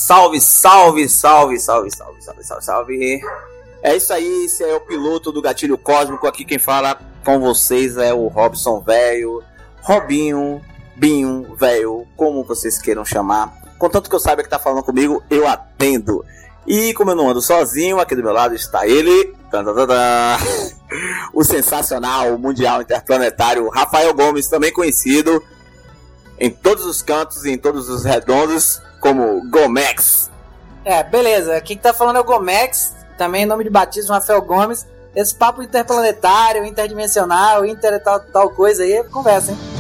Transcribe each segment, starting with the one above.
Salve, salve, salve, salve, salve, salve, salve, salve. É isso aí, esse é o piloto do Gatilho Cósmico. Aqui quem fala com vocês é o Robson Velho, Robinho, Binho, Velho, como vocês queiram chamar. Contanto que eu saiba que tá falando comigo, eu atendo. E como eu não ando sozinho, aqui do meu lado está ele, o sensacional, mundial, interplanetário Rafael Gomes, também conhecido em todos os cantos e em todos os redondos como Gomex. Beleza, aqui que tá falando é o Gomex, também nome de batismo Rafael Gomes. Esse papo interplanetário, interdimensional, tal coisa aí, conversa, hein?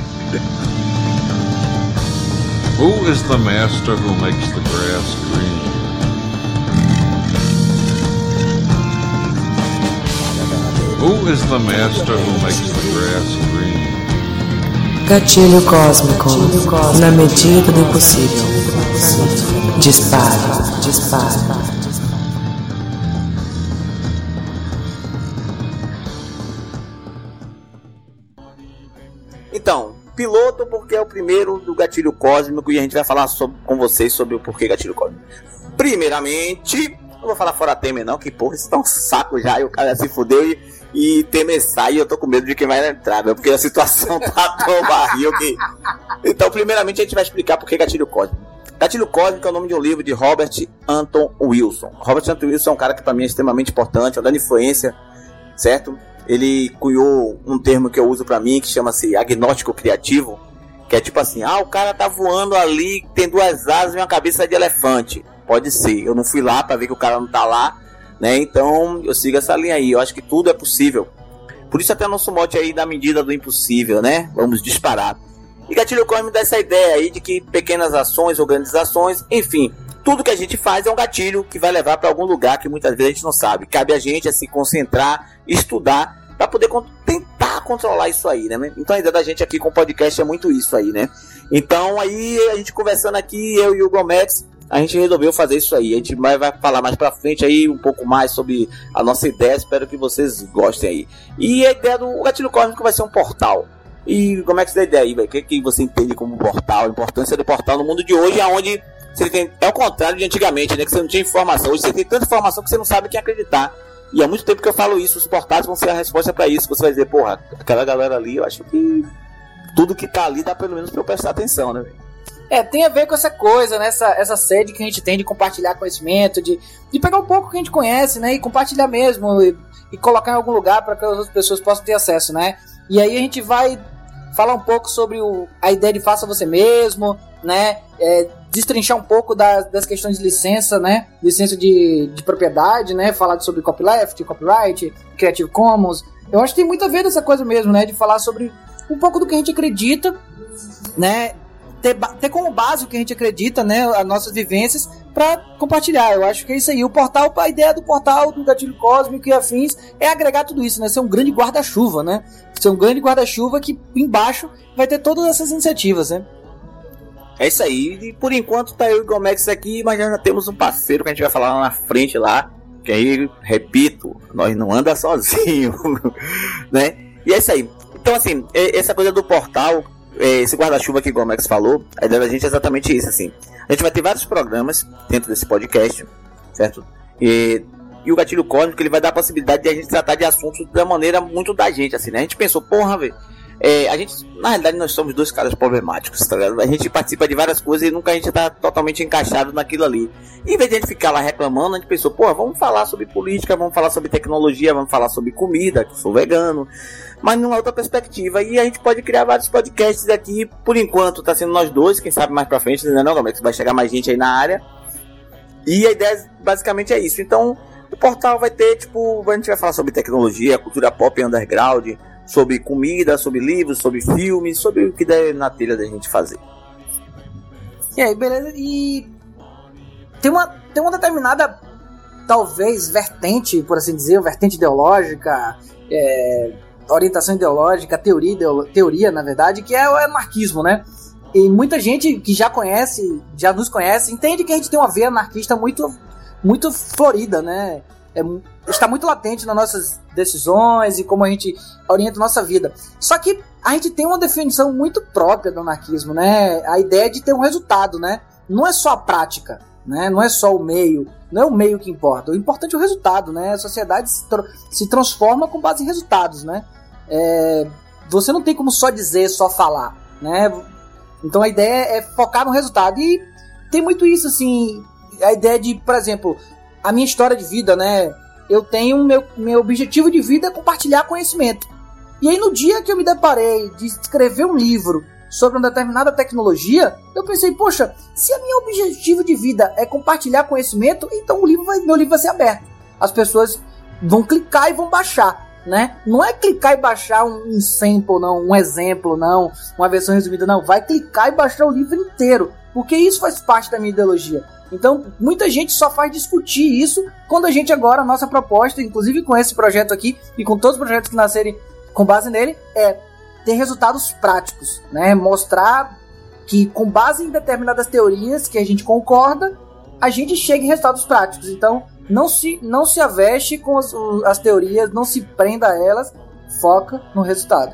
Who is the master who makes the grass green? Who is the master who makes the grass green? Gatilho Cósmico, na medida do impossível. Dispara, dispara. Então, piloto porque é o primeiro do Gatilho Cósmico e a gente vai falar com vocês sobre o porquê Gatilho Cósmico. Primeiramente, não vou falar fora Temer não, que porra, isso tá um saco já e o cara se fudeu e Temer sai e eu tô com medo de quem vai entrar, meu, porque a situação tá tão barril que... Então, primeiramente a gente vai explicar por que Gatilho Cósmico. Gatilho Cósmico é o nome de um livro de Robert Anton Wilson. Robert Anton Wilson é um cara que para mim é extremamente importante, uma grande influência, certo? Ele cunhou um termo que eu uso para mim, que chama-se agnóstico criativo, que é tipo assim, o cara tá voando ali, tem duas asas e uma cabeça de elefante. Pode ser, eu não fui lá para ver que o cara não tá lá, né? Então eu sigo essa linha aí, eu acho que tudo é possível. Por isso até nosso mote aí da medida do impossível, né? Vamos disparar. E Gatilho Cósmico dá essa ideia aí de que pequenas ações ou grandes ações, enfim, tudo que a gente faz é um gatilho que vai levar para algum lugar que muitas vezes a gente não sabe. Cabe a gente a se concentrar, estudar, para poder tentar controlar isso aí, né? Então a ideia da gente aqui com o podcast é muito isso aí, né? Então aí a gente conversando aqui, eu e o Gomex, a gente resolveu fazer isso aí. A gente vai falar mais pra frente aí um pouco mais sobre a nossa ideia, espero que vocês gostem aí. E a ideia do Gatilho Cósmico vai ser um portal. E como é que você dá ideia aí, velho? O que você entende como portal? A importância do portal no mundo de hoje, onde você tem... É o contrário de antigamente, né? Que você não tinha informação. Hoje você tem tanta informação que você não sabe quem acreditar. E há muito tempo que eu falo isso, os portais vão ser a resposta pra isso. Você vai dizer, porra, aquela galera ali, eu acho que tudo que tá ali dá pelo menos pra eu prestar atenção, né, velho? Tem a ver com essa coisa, né? Essa sede que a gente tem de compartilhar conhecimento, de pegar um pouco que a gente conhece, né? E compartilhar mesmo, e colocar em algum lugar para que as outras pessoas possam ter acesso, né? E aí a gente vai falar um pouco sobre a ideia de faça você mesmo, né? Destrinchar um pouco das questões de licença, né? Licença de propriedade, né? Falar sobre copyleft, copyright, Creative Commons. Eu acho que tem muito a ver dessa coisa mesmo, né? De falar sobre um pouco do que a gente acredita, né? Ter como base o que a gente acredita, né? As nossas vivências para compartilhar. Eu acho que é isso aí. O portal, a ideia do portal do Gatilho Cósmico e afins é agregar tudo isso, né? Ser um grande guarda-chuva, né? Ser um grande guarda-chuva que embaixo vai ter todas essas iniciativas, né? É isso aí, e por enquanto tá eu e o Gomex aqui, mas já temos um parceiro que a gente vai falar lá na frente lá, que aí, repito, nós não anda sozinho, né? E é isso aí. Então assim, essa coisa do portal, esse guarda-chuva que o Gomex falou, a ideia da gente é exatamente isso, assim. A gente vai ter vários programas dentro desse podcast, certo? E o Gatilho Cósmico, ele vai dar a possibilidade de a gente tratar de assuntos da maneira muito da gente, assim, né? A gente pensou, porra, velho, a gente, na realidade, nós somos dois caras problemáticos, tá ligado? A gente participa de várias coisas e nunca a gente tá totalmente encaixado naquilo ali. E em vez de a gente ficar lá reclamando, a gente pensou, pô, vamos falar sobre política, vamos falar sobre tecnologia, vamos falar sobre comida, que eu sou vegano, mas numa outra perspectiva. E a gente pode criar vários podcasts aqui, por enquanto tá sendo nós dois, quem sabe mais pra frente, né, não, como é que vai chegar mais gente aí na área. E a ideia basicamente é isso. Então, o portal vai ter, tipo, a gente vai falar sobre tecnologia, cultura pop underground, sobre comida, sobre livros, sobre filmes, sobre o que der na telha da gente fazer. E aí, beleza? E tem uma determinada, talvez, vertente, por assim dizer, vertente ideológica, orientação ideológica, teoria, na verdade, que é o anarquismo, né? E muita gente que já nos conhece, entende que a gente tem uma veia anarquista muito, muito florida, né? Está muito latente nas nossas decisões e como a gente orienta a nossa vida. Só que a gente tem uma definição muito própria do anarquismo, né? A ideia de ter um resultado, né? Não é só a prática, né? Não é só o meio, não é o meio que importa. O importante é o resultado, né? A sociedade se transforma com base em resultados, né? Você não tem como só dizer, só falar, né? Então a ideia é focar no resultado. E tem muito isso, assim, a ideia de, por exemplo, a minha história de vida, né? Eu tenho meu objetivo de vida é compartilhar conhecimento. E aí no dia que eu me deparei de escrever um livro sobre uma determinada tecnologia, eu pensei, poxa, se o meu objetivo de vida é compartilhar conhecimento, então meu livro vai ser aberto. As pessoas vão clicar e vão baixar, né? Não é clicar e baixar um sample, não, um exemplo, não, uma versão resumida, não. Vai clicar e baixar o livro inteiro, porque isso faz parte da minha ideologia. Então, muita gente só faz discutir isso quando a gente agora, a nossa proposta, inclusive com esse projeto aqui e com todos os projetos que nascerem com base nele, é ter resultados práticos, né? Mostrar que com base em determinadas teorias que a gente concorda, a gente chega em resultados práticos. Então, não se aveste com as teorias, não se prenda a elas, foca no resultado.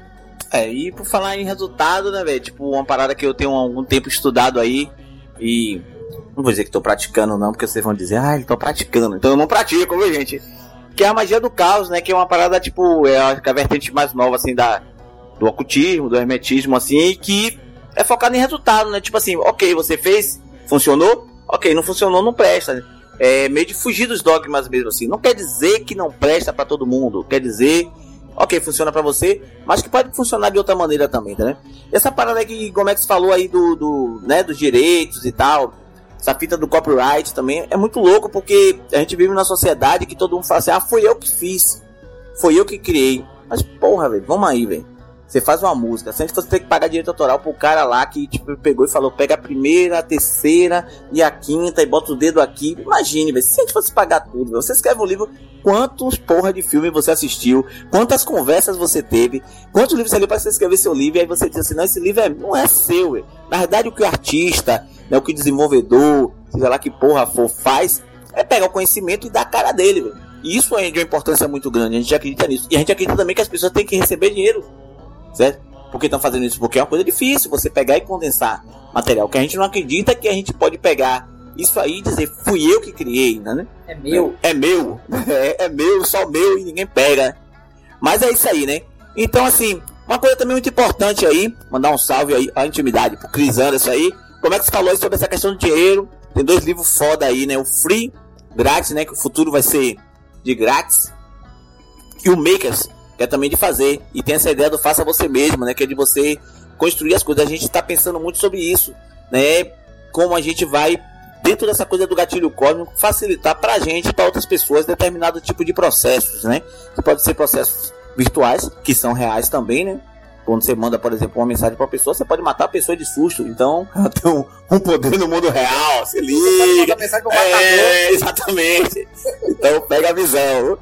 E por falar em resultado, né, velho? Tipo, uma parada que eu tenho há algum tempo estudado aí e... Não vou dizer que tô praticando não, porque vocês vão dizer, ele tô praticando. Então eu não pratico, viu, gente? Que é a magia do caos, né? Que é uma parada, tipo, a vertente mais nova, assim, do ocultismo, do hermetismo, assim, que é focado em resultado, né? Tipo assim, ok, você fez, funcionou, ok, não funcionou, não presta. É meio de fugir dos dogmas mesmo, assim. Não quer dizer que não presta pra todo mundo, quer dizer, ok, funciona pra você, mas que pode funcionar de outra maneira também, tá, né? Essa parada que o Gomex falou aí né, dos direitos e tal, essa fita do copyright também é muito louco, porque a gente vive numa sociedade que todo mundo fala assim, foi eu que fiz, foi eu que criei. Mas porra, velho, vamos aí, velho. Você faz uma música, se a gente fosse ter que pagar direito autoral pro cara lá que tipo, pegou e falou, pega a primeira, a terceira e a quinta e bota o dedo aqui. Imagine, velho, se a gente fosse pagar tudo, véio, você escreve um livro, quantos porra de filme você assistiu, quantas conversas você teve, quantos livros você leu pra você escrever seu livro, e aí você diz assim, não, esse livro não é seu, véio. Na verdade o que o artista, né, o que o desenvolvedor, seja lá que porra for, faz, é pegar o conhecimento e dar a cara dele, véio. E isso é de uma importância muito grande, a gente acredita nisso. E a gente acredita também que as pessoas têm que receber dinheiro, certo? Por que estão fazendo isso? Porque é uma coisa difícil você pegar e condensar material, que a gente não acredita que a gente pode pegar isso aí e dizer, fui eu que criei, né? É meu. É meu, é meu, só meu e ninguém pega. Mas é isso aí, né? Então, assim, uma coisa também muito importante aí, mandar um salve aí à intimidade pro Chris Anderson aí. Como é que você falou aí sobre essa questão do dinheiro? Tem 2 livros foda aí, né? O Free, grátis, né? Que o futuro vai ser de grátis. E o Makers, que é também de fazer. E tem essa ideia do faça você mesmo, né? Que é de você construir as coisas. A gente tá pensando muito sobre isso, né? Como a gente vai, dentro dessa coisa do gatilho cósmico, facilitar pra gente e pra outras pessoas determinado tipo de processos, né? Que pode ser processos virtuais, que são reais também, né? Quando você manda, por exemplo, uma mensagem pra pessoa, você pode matar a pessoa de susto. Então, ela tem um poder no mundo real. Se liga. Você pode mandar mensagem pro matador. Exatamente. Então, pega a visão.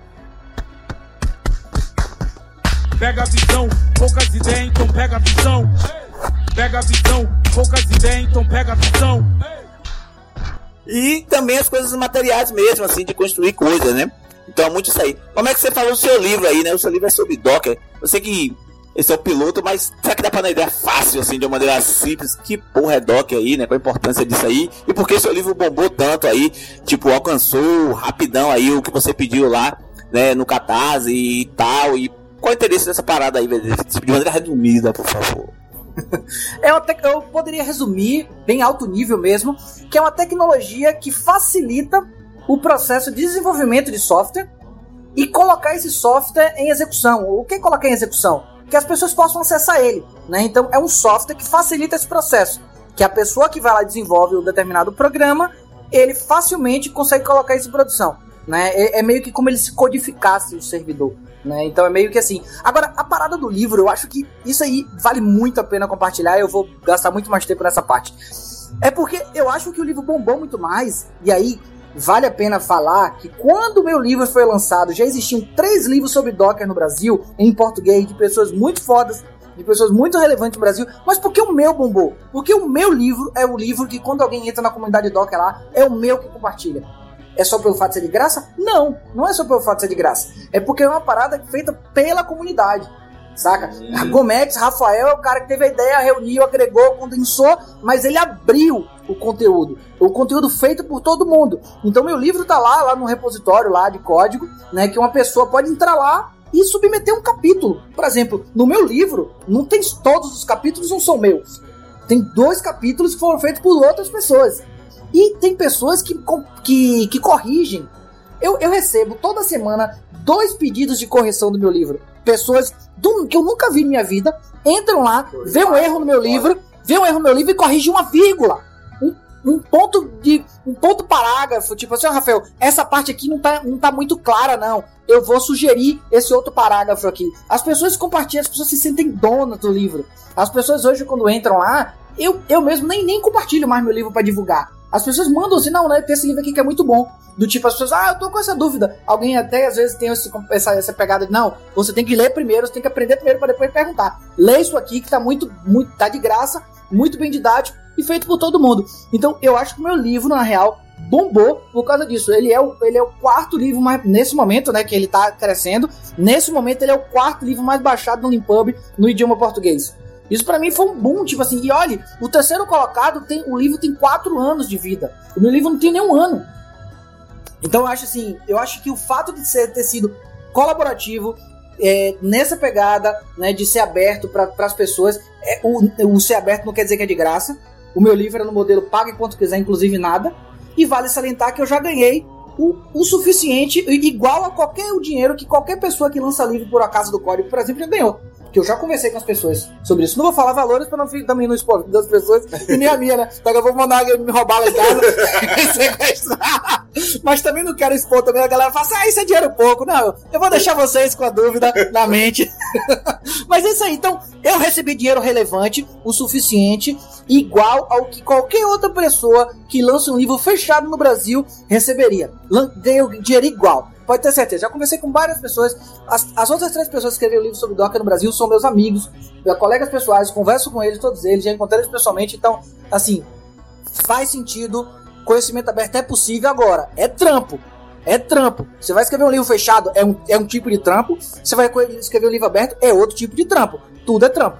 Pega a visão, poucas ideias, então pega a visão. Pega a visão, poucas ideias, então pega a visão. E também as coisas materiais mesmo, assim, de construir coisas, né? Então é muito isso aí. Como é que você falou do seu livro aí, né? O seu livro é sobre Docker. Eu sei que esse é o piloto, mas será que dá pra dar ideia fácil, assim, de uma maneira simples? Que porra é Docker aí, né? Qual a importância disso aí? E por que seu livro bombou tanto aí? Tipo, alcançou rapidão aí o que você pediu lá, né? No Catarse e tal. E qual é o interesse dessa parada aí, velho? De maneira resumida, por favor. Eu poderia resumir, bem alto nível mesmo, que é uma tecnologia que facilita o processo de desenvolvimento de software e colocar esse software em execução. O que é colocar em execução? Que as pessoas possam acessar ele, né? Então é um software que facilita esse processo, que a pessoa que vai lá e desenvolve um determinado programa, ele facilmente consegue colocar isso em produção, né? É meio que como ele se codificasse o servidor, né? Então é meio que assim. Agora, a parada do livro, eu acho que isso aí vale muito a pena compartilhar. Eu vou gastar muito mais tempo nessa parte. É porque eu acho que o livro bombou muito mais, e aí vale a pena falar que quando o meu livro foi lançado, já existiam 3 livros sobre Docker no Brasil, em português, de pessoas muito fodas, de pessoas muito relevantes no Brasil. Mas por que o meu bombou? Porque o meu livro é o livro que, quando alguém entra na comunidade Docker lá, é o meu que compartilha. É só pelo fato de ser de graça? Não, não é só pelo fato de ser de graça. É porque é uma parada feita pela comunidade. saca? Gomex, Rafael é o cara que teve a ideia, reuniu, agregou, condensou, mas ele abriu o conteúdo feito por todo mundo. Então meu livro tá lá no repositório lá de código, né, que uma pessoa pode entrar lá e submeter um capítulo. Por exemplo, no meu livro, não tem todos os capítulos, não são meus. Tem 2 capítulos que foram feitos por outras pessoas. E tem pessoas que corrigem. Eu recebo toda semana 2 pedidos de correção do meu livro. Pessoas que eu nunca vi na minha vida entram lá, vê um erro no meu livro e corrigem uma vírgula. Um ponto parágrafo, tipo assim, Rafael, essa parte aqui não tá muito clara, não. Eu vou sugerir esse outro parágrafo aqui. As pessoas compartilham, as pessoas se sentem donas do livro. As pessoas hoje, quando entram lá, eu mesmo nem compartilho mais meu livro pra divulgar. As pessoas mandam assim, não, né, tem esse livro aqui que é muito bom. Do tipo, as pessoas, eu tô com essa dúvida. Alguém até, às vezes, tem essa pegada de, não, você tem que ler primeiro, você tem que aprender primeiro pra depois perguntar. Lê isso aqui que tá tá de graça, muito bem didático e feito por todo mundo. Então, eu acho que o meu livro, na real, bombou por causa disso. Ele é o 4º livro mais, nesse momento, né, que ele tá crescendo, nesse momento ele é o 4º livro mais baixado no Limpub no idioma português. Isso pra mim foi um boom, tipo assim, e olha, o 3º colocado, o livro tem 4 anos de vida. O meu livro não tem nenhum ano. Então eu acho que o fato de ter sido colaborativo, nessa pegada, né, de ser aberto para as pessoas, o ser aberto não quer dizer que é de graça. O meu livro era no modelo pague quanto quiser, inclusive nada. E vale salientar que eu já ganhei o suficiente, igual a qualquer dinheiro que qualquer pessoa que lança livro por acaso do código, por exemplo, já ganhou. Que eu já conversei com as pessoas sobre isso. Não vou falar valores para não ficar também no expor das pessoas e nem a minha, né? Então eu vou mandar alguém me roubar lá em casa e sequestrar. Mas também não quero expor também. A galera fala assim, isso é dinheiro pouco. Não, eu vou deixar vocês com a dúvida na mente. Mas é isso aí. Então, eu recebi dinheiro relevante, o suficiente, igual ao que qualquer outra pessoa que lança um livro fechado no Brasil receberia. Ganhei dinheiro igual. Pode ter certeza, já conversei com várias pessoas. As outras 3 pessoas que escreveram o livro sobre Docker no Brasil são meus amigos, meus colegas pessoais, converso com eles, todos eles, já encontrei eles pessoalmente. Então, assim, faz sentido, conhecimento aberto é possível. Agora, é trampo. Você vai escrever um livro fechado, é um tipo de trampo. Você vai escrever um livro aberto, é outro tipo de trampo. Tudo é trampo.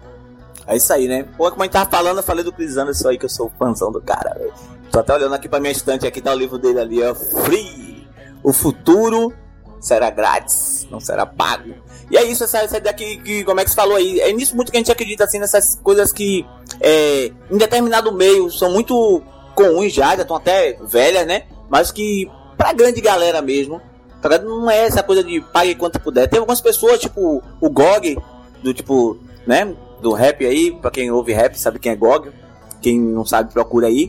É isso aí, né? Pô, como a gente tava falando, eu falei do Chris Anderson aí, que eu sou fãzão do cara, velho. Tô até olhando aqui pra minha estante, aqui tá o livro dele ali, ó, Free. O futuro será grátis, não será pago. E é isso, essa ideia que como é que você falou aí, é nisso muito que a gente acredita, assim, nessas coisas que em determinado meio são muito comuns já estão até velhas, né? Mas que pra grande galera mesmo, não é essa coisa de pague quanto puder. Tem algumas pessoas, tipo o GOG, do tipo, né, do rap aí, pra quem ouve rap sabe quem é GOG, quem não sabe procura aí.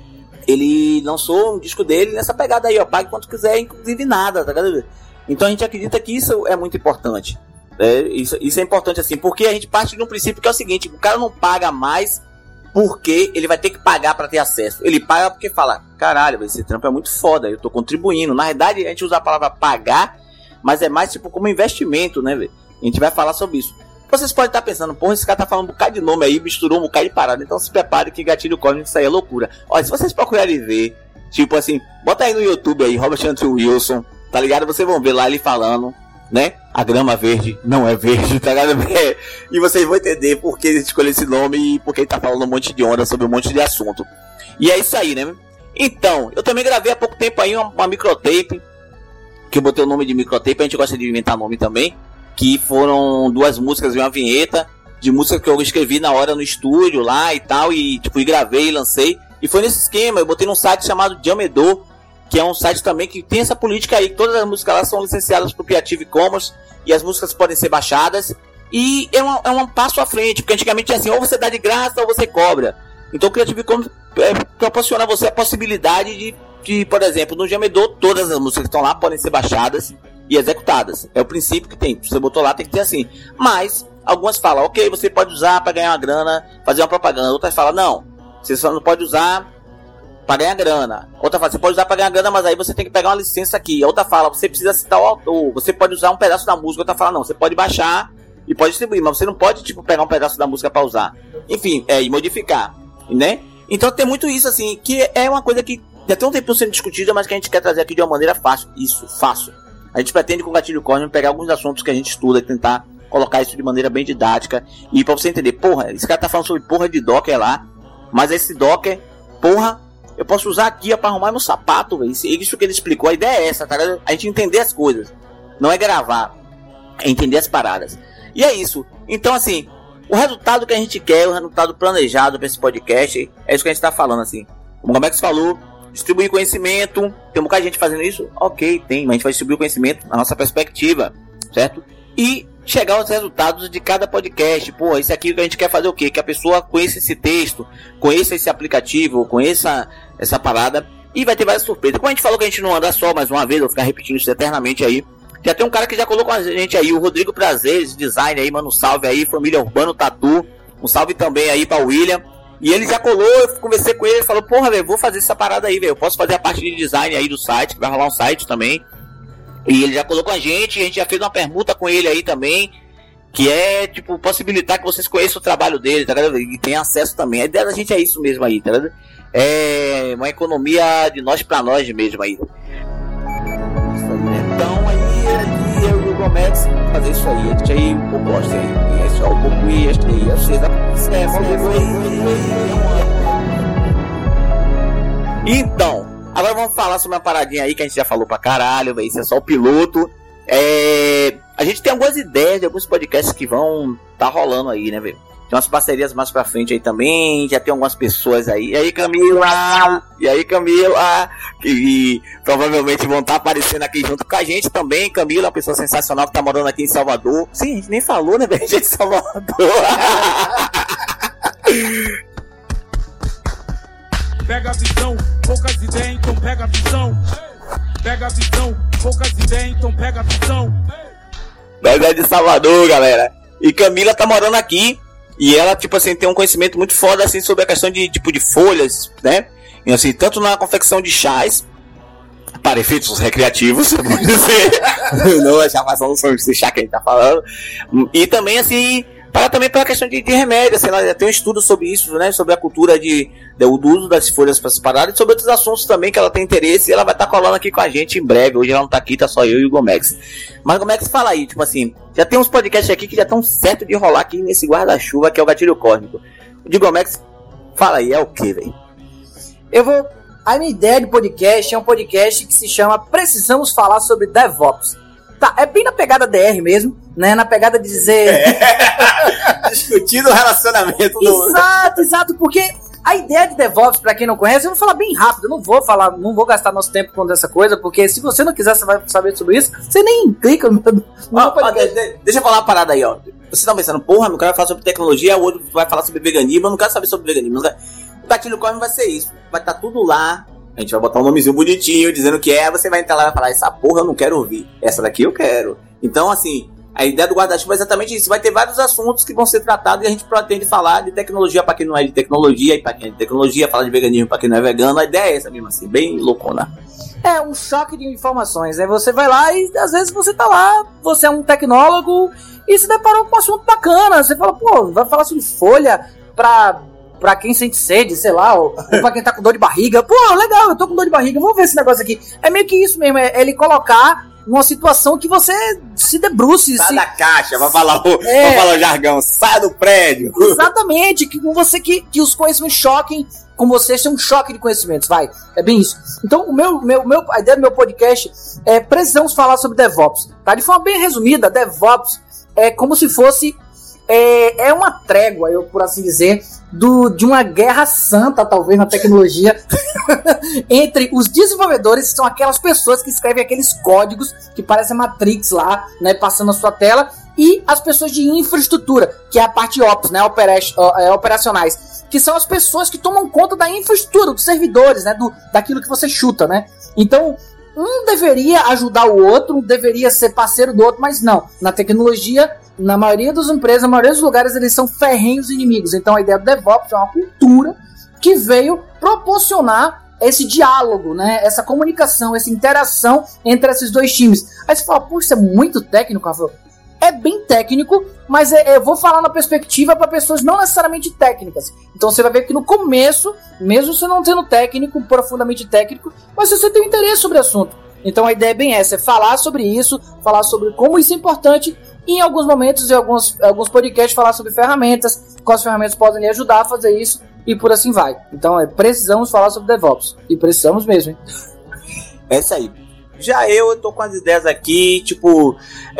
Ele lançou um disco dele nessa pegada aí, ó, pague quanto quiser, inclusive nada, tá ligado? Então a gente acredita que isso é muito importante. Isso é importante assim, porque a gente parte de um princípio que é o seguinte: o cara não paga mais porque ele vai ter que pagar pra ter acesso. Ele paga porque fala, caralho, esse trampo é muito foda, eu tô contribuindo. Na verdade, a gente usa a palavra pagar, mas é mais tipo como investimento, né, velho? A gente vai falar sobre isso. Vocês podem estar pensando, porra, esse cara tá falando um bocado de nome aí, misturou um bocado de parada. Então se prepare que gatilho cósmico, isso aí é loucura. Olha, se vocês procurarem ver, tipo assim, bota aí no YouTube aí, Robert Anthony Wilson, tá ligado? Vocês vão ver lá ele falando, né? A grama verde não é verde, tá ligado? E vocês vão entender por que ele escolheu esse nome e por que ele tá falando um monte de onda sobre um monte de assunto. E é isso aí, né? Então, eu também gravei há pouco tempo aí uma microtape, que eu botei o nome de microtape, a gente gosta de inventar nome também. Que foram 2 músicas e uma vinheta de música que eu escrevi na hora no estúdio lá e tal, e tipo, e gravei e lancei. E foi nesse esquema, eu botei num site chamado Jamedor, que é um site também que tem essa política aí, todas as músicas lá são licenciadas por Creative Commons, e as músicas podem ser baixadas, e é um passo à frente, porque antigamente tinha assim, ou você dá de graça ou você cobra. Então o Creative Commons proporciona a você a possibilidade de, por exemplo, no Jamedor, todas as músicas que estão lá podem ser baixadas e executadas. É o princípio que tem. Você botou lá, tem que ter assim. Mas algumas falam, ok, você pode usar para ganhar uma grana, fazer uma propaganda. Outras falam, não, você só não pode usar para ganhar grana. Outra fala, você pode usar para ganhar grana, mas aí você tem que pegar uma licença aqui. A outra fala, você precisa citar o autor. Você pode usar um pedaço da música. Outra fala, não, você pode baixar e pode distribuir, mas você não pode, tipo, pegar um pedaço da música para usar. Enfim, e modificar, né? Então tem muito isso, assim, que é uma coisa que já tem um tempo sendo discutida, mas que a gente quer trazer aqui de uma maneira fácil. Isso, fácil. A gente pretende com o Gatilho Cósmico pegar alguns assuntos que a gente estuda e tentar colocar isso de maneira bem didática. E pra você entender, porra, esse cara tá falando sobre porra de Docker lá, mas esse Docker, porra, eu posso usar aqui pra arrumar meu sapato, velho. Isso que ele explicou, a ideia é essa, tá? A gente entender as coisas. Não é gravar, é entender as paradas. E é isso. Então, assim, o resultado que a gente quer, o resultado planejado pra esse podcast, é isso que a gente tá falando, assim. Como o Gomex falou, distribuir conhecimento. Tem um bocado de gente fazendo isso? Ok, tem, mas a gente vai distribuir o conhecimento na nossa perspectiva, certo? E chegar aos resultados de cada podcast. Pô, isso aqui que a gente quer fazer o quê? Que a pessoa conheça esse texto, conheça esse aplicativo, conheça essa parada, e vai ter várias surpresas. Como a gente falou que a gente não anda só, mais uma vez, eu vou ficar repetindo isso eternamente aí. Já tem um cara que já colocou a gente aí, o Rodrigo Prazeres, design aí, mano, um salve aí, família Urbano Tatu, um salve também aí pra William. E ele já colou, eu conversei com ele, ele falou, porra, velho, vou fazer essa parada aí, velho, eu posso fazer a parte de design aí do site, que vai rolar um site também. E ele já colocou a gente já fez uma permuta com ele aí também, que é, tipo, possibilitar que vocês conheçam o trabalho dele, tá ligado? E tenham acesso também. A ideia da gente é isso mesmo aí, tá ligado? É uma economia de nós pra nós mesmo aí. Então, aí eu e o Gomex fazer isso aí. A gente aí, um pouco gosta aí. E é só um pouco e este aí. Vocês Então, agora vamos falar sobre uma paradinha aí que a gente já falou pra caralho, véio. Isso é só o piloto. A gente tem algumas ideias de alguns podcasts que vão tá rolando aí, né, velho? Tem umas parcerias mais pra frente aí também. Já tem algumas pessoas aí. E aí, Camila? Que provavelmente vão estar aparecendo aqui junto com a gente também. Camila, uma pessoa sensacional que tá morando aqui em Salvador. Sim, a gente nem falou, né, velho? A gente é de Salvador. Pega a visão, poucas ideias, então pega a visão. Pega a visão, poucas ideias, então pega a visão. Mas é de Salvador, galera. E Camila tá morando aqui. E ela, tipo assim, tem um conhecimento muito foda, assim, sobre a questão de, tipo, de folhas, né? E assim, tanto na confecção de chás, para efeitos recreativos, eu vou dizer. Não é chamação sobre esse chá que a gente tá falando. E também, assim, também para a questão de remédio, assim, ela tem um estudo sobre isso, né? Sobre a cultura do uso das folhas para separar e sobre outros assuntos também que ela tem interesse. E ela vai estar colando aqui com a gente em breve. Hoje ela não tá aqui, tá só eu e o Gomex. Mas Gomex, fala aí, tipo assim, já tem uns podcasts aqui que já estão certo de rolar aqui nesse guarda-chuva que é o Gatilho Cósmico. O de Gomex, fala aí, é o que, velho? A minha ideia de podcast é um podcast que se chama Precisamos Falar sobre DevOps. Tá, é bem na pegada DR mesmo, né? Na pegada de dizer... Discutindo o relacionamento do... Exato, porque a ideia de DevOps, pra quem não conhece, eu vou falar bem rápido, eu não vou gastar nosso tempo com essa coisa, porque se você não quiser saber sobre isso, você nem clica no podcast. Deixa eu falar uma parada aí, ó. Vocês estão pensando, porra, meu cara vai falar sobre tecnologia, o outro vai falar sobre veganismo, eu não quero saber sobre veganismo. O Gatilho Cósmico vai ser isso, vai estar tudo lá. A gente vai botar um nomezinho bonitinho, dizendo que você vai entrar lá e vai falar, essa porra eu não quero ouvir, essa daqui eu quero. Então, assim, a ideia do guarda-chuva é exatamente isso. Vai ter vários assuntos que vão ser tratados e a gente pretende falar de tecnologia para quem não é de tecnologia, e para quem é de tecnologia, falar de veganismo para quem não é vegano. A ideia é essa mesmo, assim, bem loucona. É um choque de informações, né? Você vai lá e às vezes você tá lá, você é um tecnólogo e se deparou com um assunto bacana. Você fala, pô, vai falar sobre folha pra quem sente sede, sei lá, ou pra quem tá com dor de barriga. Pô, legal, eu tô com dor de barriga, vamos ver esse negócio aqui. É meio que isso mesmo, é ele colocar numa situação que você se debruce. Sai da caixa, vai falar o jargão, sai do prédio. Exatamente, que os conhecimentos choquem com você, tem um choque de conhecimentos, vai. É bem isso. Então, a ideia do meu podcast é precisamos falar sobre DevOps, tá? De forma bem resumida, DevOps é como se fosse é uma trégua, por assim dizer, de uma guerra santa, talvez, na tecnologia, entre os desenvolvedores, que são aquelas pessoas que escrevem aqueles códigos que parecem Matrix lá, né, passando na sua tela, e as pessoas de infraestrutura, que é a parte Ops, né, operacionais, que são as pessoas que tomam conta da infraestrutura, dos servidores, né, daquilo que você chuta, né. Então, um deveria ajudar o outro, um deveria ser parceiro do outro, mas não. Na tecnologia, na maioria das empresas, na maioria dos lugares, eles são ferrenhos inimigos. Então a ideia do DevOps é uma cultura que veio proporcionar esse diálogo, né? Essa comunicação, essa interação entre esses dois times. Aí você fala, pô, isso é muito técnico, Rafael. É bem técnico, mas eu vou falar na perspectiva para pessoas não necessariamente técnicas. Então você vai ver que no começo, mesmo você não sendo técnico, profundamente técnico, mas você tem um interesse sobre o assunto. Então a ideia é bem essa, é falar sobre isso, falar sobre como isso é importante, e em alguns momentos, em alguns podcasts, falar sobre ferramentas, quais ferramentas podem lhe ajudar a fazer isso, e por assim vai. Então precisamos falar sobre DevOps, e precisamos mesmo, hein? É isso aí. Já eu tô com as ideias aqui, tipo,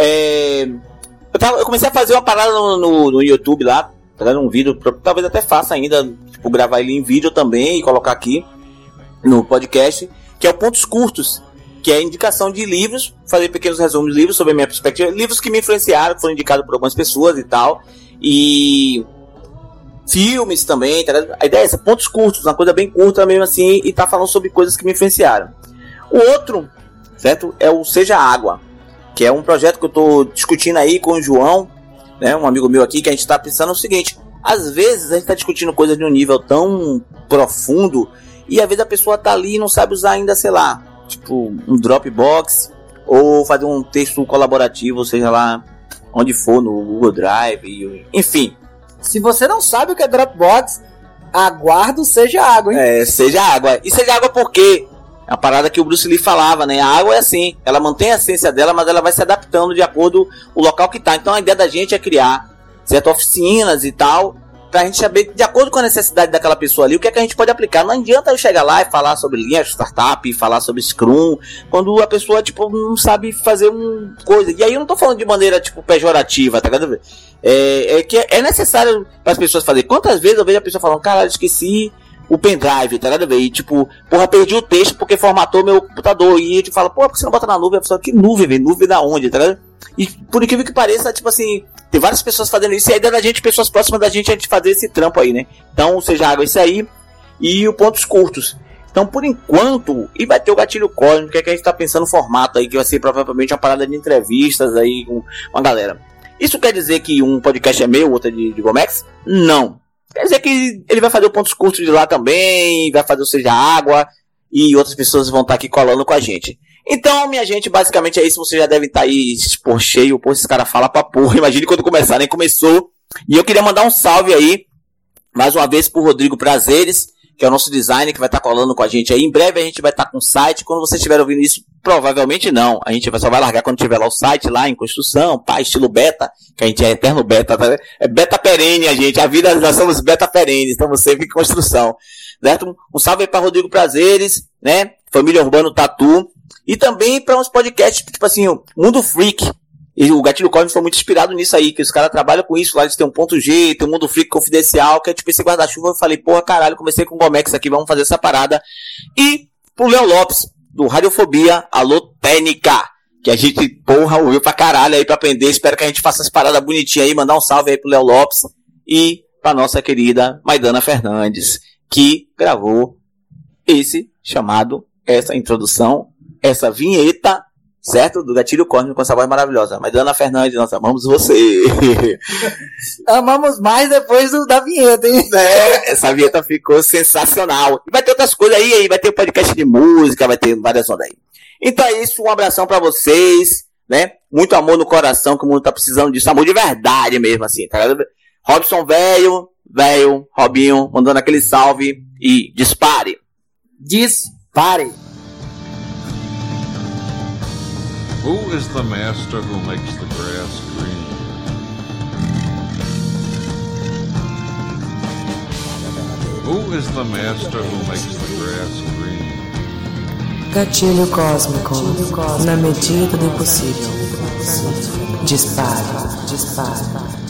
eu comecei a fazer uma parada no YouTube lá, fazendo um vídeo, talvez até faça ainda, tipo, gravar ele em vídeo também e colocar aqui no podcast, que é o Pontos Curtos, que é a indicação de livros, fazer pequenos resumos de livros sobre a minha perspectiva, livros que me influenciaram, que foram indicados por algumas pessoas e tal, e filmes também, tá? A ideia é essa, pontos curtos, uma coisa bem curta mesmo assim, e tá falando sobre coisas que me influenciaram. O outro, certo, é o Seja Água, que é um projeto que eu tô discutindo aí com o João, né, um amigo meu aqui, que a gente tá pensando o seguinte: às vezes a gente tá discutindo coisas de um nível tão profundo, e às vezes a pessoa tá ali e não sabe usar ainda, sei lá, tipo um Dropbox, ou fazer um texto colaborativo, seja lá onde for, no Google Drive, enfim. Se você não sabe o que é Dropbox, aguarda o Seja Água, hein? Seja Água. E Seja Água por quê? É a parada que o Bruce Lee falava, né? A água é assim, ela mantém a essência dela, mas ela vai se adaptando de acordo com o local que tá. Então a ideia da gente é criar certas oficinas e tal, pra gente saber, de acordo com a necessidade daquela pessoa ali, o que é que a gente pode aplicar. Não adianta eu chegar lá e falar sobre linha de startup, falar sobre Scrum, quando a pessoa, tipo, não sabe fazer uma coisa. E aí eu não tô falando de maneira, tipo, pejorativa, tá ligado? Que é necessário para as pessoas fazerem. Quantas vezes eu vejo a pessoa falando, caralho, esqueci o pendrive, tá ligado? E tipo, porra, perdi o texto porque formatou meu computador. E a gente fala, porra, por que você não bota na nuvem? A pessoa, que nuvem, velho? Nuvem da onde, tá ligado? E por incrível que pareça, tipo assim, tem várias pessoas fazendo isso, e a ideia da gente, pessoas próximas da gente, a gente fazer esse trampo aí, né? Então, Seja Água, isso aí, e o Pontos Curtos. Então, por enquanto, e vai ter o Gatilho Cósmico, que é que a gente tá pensando no formato aí, que vai ser provavelmente uma parada de entrevistas aí com uma galera. Isso quer dizer que um podcast é meu, outro é de Gomex? Não. Quer dizer que ele vai fazer o Pontos Curtos de lá também, vai fazer o Seja Água, e outras pessoas vão estar aqui colando com a gente. Então, minha gente, basicamente é isso. Você já deve estar aí, por cheio, pô, esses caras falam pra porra. Imagine quando começar, nem começou. E eu queria mandar um salve aí, mais uma vez, pro Rodrigo Prazeres, que é o nosso designer, que vai estar colando com a gente aí. Em breve a gente vai estar com o site. Quando vocês estiverem ouvindo isso, provavelmente não. A gente só vai largar quando tiver lá o site, lá em construção, pá, estilo beta, que a gente é eterno beta, tá? É beta perene, a gente. A vida, nós somos beta perenes, então você fica em construção. Certo? Um salve aí pra Rodrigo Prazeres, né? Família Urbano Tatu. E também para uns podcasts, tipo assim, o Mundo Freak. E o Gatilho Cósmico foi muito inspirado nisso aí, que os caras trabalham com isso. Lá eles têm um ponto G, tem um Mundo Freak Confidencial, que é tipo esse guarda-chuva. Eu falei, porra, caralho, comecei com o Gomex aqui, vamos fazer essa parada. E pro Léo Lopes, do Radiofobia, Alô Técnica, que a gente, porra, ouviu pra caralho aí pra aprender. Espero que a gente faça essa parada bonitinha aí, mandar um salve aí pro Léo Lopes. E pra nossa querida Maidana Fernandes, que gravou essa introdução, essa vinheta, certo? Do Gatilho Cósmico com essa voz maravilhosa. Maidana Fernandes, nós amamos você. Amamos mais depois da vinheta, hein? Essa vinheta ficou sensacional. E vai ter outras coisas aí, vai ter podcast de música, vai ter várias ondas aí. Então é isso, um abração pra vocês, né? Muito amor no coração, que o mundo tá precisando disso. Amor de verdade mesmo, assim, tá ligado? Robson velho, Robinho, mandando aquele salve e dispare. Dispare. Who is the master who makes the grass green? Who is the master who makes the grass green? Gatilho Cósmico, na medida do impossível. Dispare.